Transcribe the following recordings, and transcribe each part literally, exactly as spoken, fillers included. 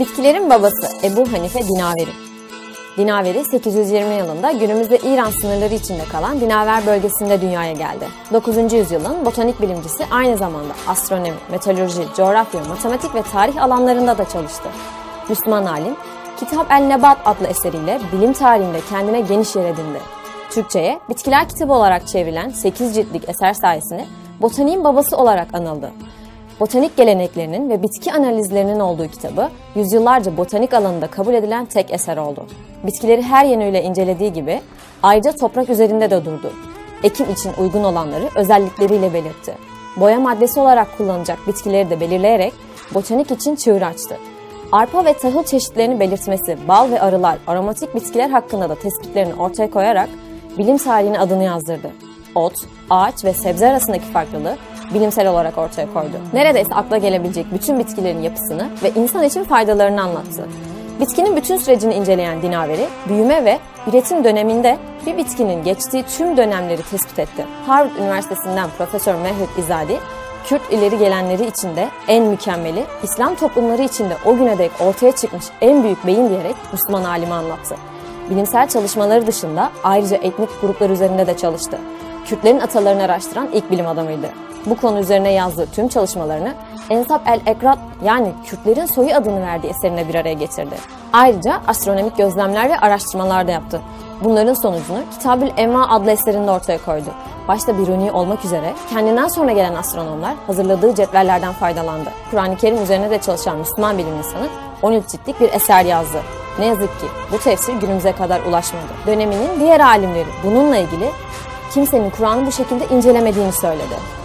Bitkilerin babası Ebu Hanife Dinaveri. Dinaveri sekiz yüz yirmi yılında günümüzde İran sınırları içinde kalan Dinaver bölgesinde dünyaya geldi. dokuzuncu yüzyılın botanik bilimcisi, aynı zamanda astronomi, meteoroloji, coğrafya, matematik ve tarih alanlarında da çalıştı. Müslüman alim, Kitab el-Nebat adlı eseriyle bilim tarihinde kendine geniş yer edindi. Türkçe'ye Bitkiler Kitabı olarak çevrilen sekiz ciltlik eser sayesinde botaniğin babası olarak anıldı. Botanik geleneklerinin ve bitki analizlerinin olduğu kitabı, yüzyıllarca botanik alanında kabul edilen tek eser oldu. Bitkileri her yönüyle incelediği gibi, ayrıca toprak üzerinde de durdu. Ekim için uygun olanları özellikleriyle belirtti. Boya maddesi olarak kullanılacak bitkileri de belirleyerek botanik için çığır açtı. Arpa ve tahıl çeşitlerini belirtmesi, bal ve arılar, aromatik bitkiler hakkında da tespitlerini ortaya koyarak bilim tarihine adını yazdırdı. Ot, ağaç ve sebze arasındaki farklılığı bilimsel olarak ortaya koydu. Neredeyse akla gelebilecek bütün bitkilerin yapısını ve insan için faydalarını anlattı. Bitkinin bütün sürecini inceleyen Dinaveri, büyüme ve üretim döneminde bir bitkinin geçtiği tüm dönemleri tespit etti. Harvard Üniversitesi'nden Profesör Mehmet İzadi, Kürt ileri gelenleri içinde en mükemmeli, İslam toplumları içinde o güne dek ortaya çıkmış en büyük beyin diyerek Müslüman alimi anlattı. Bilimsel çalışmaları dışında ayrıca etnik gruplar üzerinde de çalıştı. Kürtlerin atalarını araştıran ilk bilim adamıydı. Bu konu üzerine yazdığı tüm çalışmalarını Ensab el-Ekrat, yani Kürtlerin soyu adını verdiği eserine bir araya getirdi. Ayrıca astronomik gözlemler ve araştırmalar da yaptı. Bunların sonucunu Kitab-ül Enva adlı eserinde ortaya koydu. Başta Biruni olmak üzere kendinden sonra gelen astronomlar hazırladığı cetvellerden faydalandı. Kur'an-ı Kerim üzerine de çalışan Müslüman bilim insanı on üç ciltlik bir eser yazdı. Ne yazık ki bu tefsir günümüze kadar ulaşmadı. Döneminin diğer alimleri bununla ilgili kimsenin Kur'an'ı bu şekilde incelemediğini söyledi.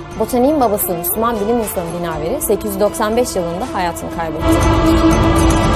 Botaniğin babası Müslüman bilim insanı Dinaveri sekiz yüz doksan beş yılında hayatını kaybetti.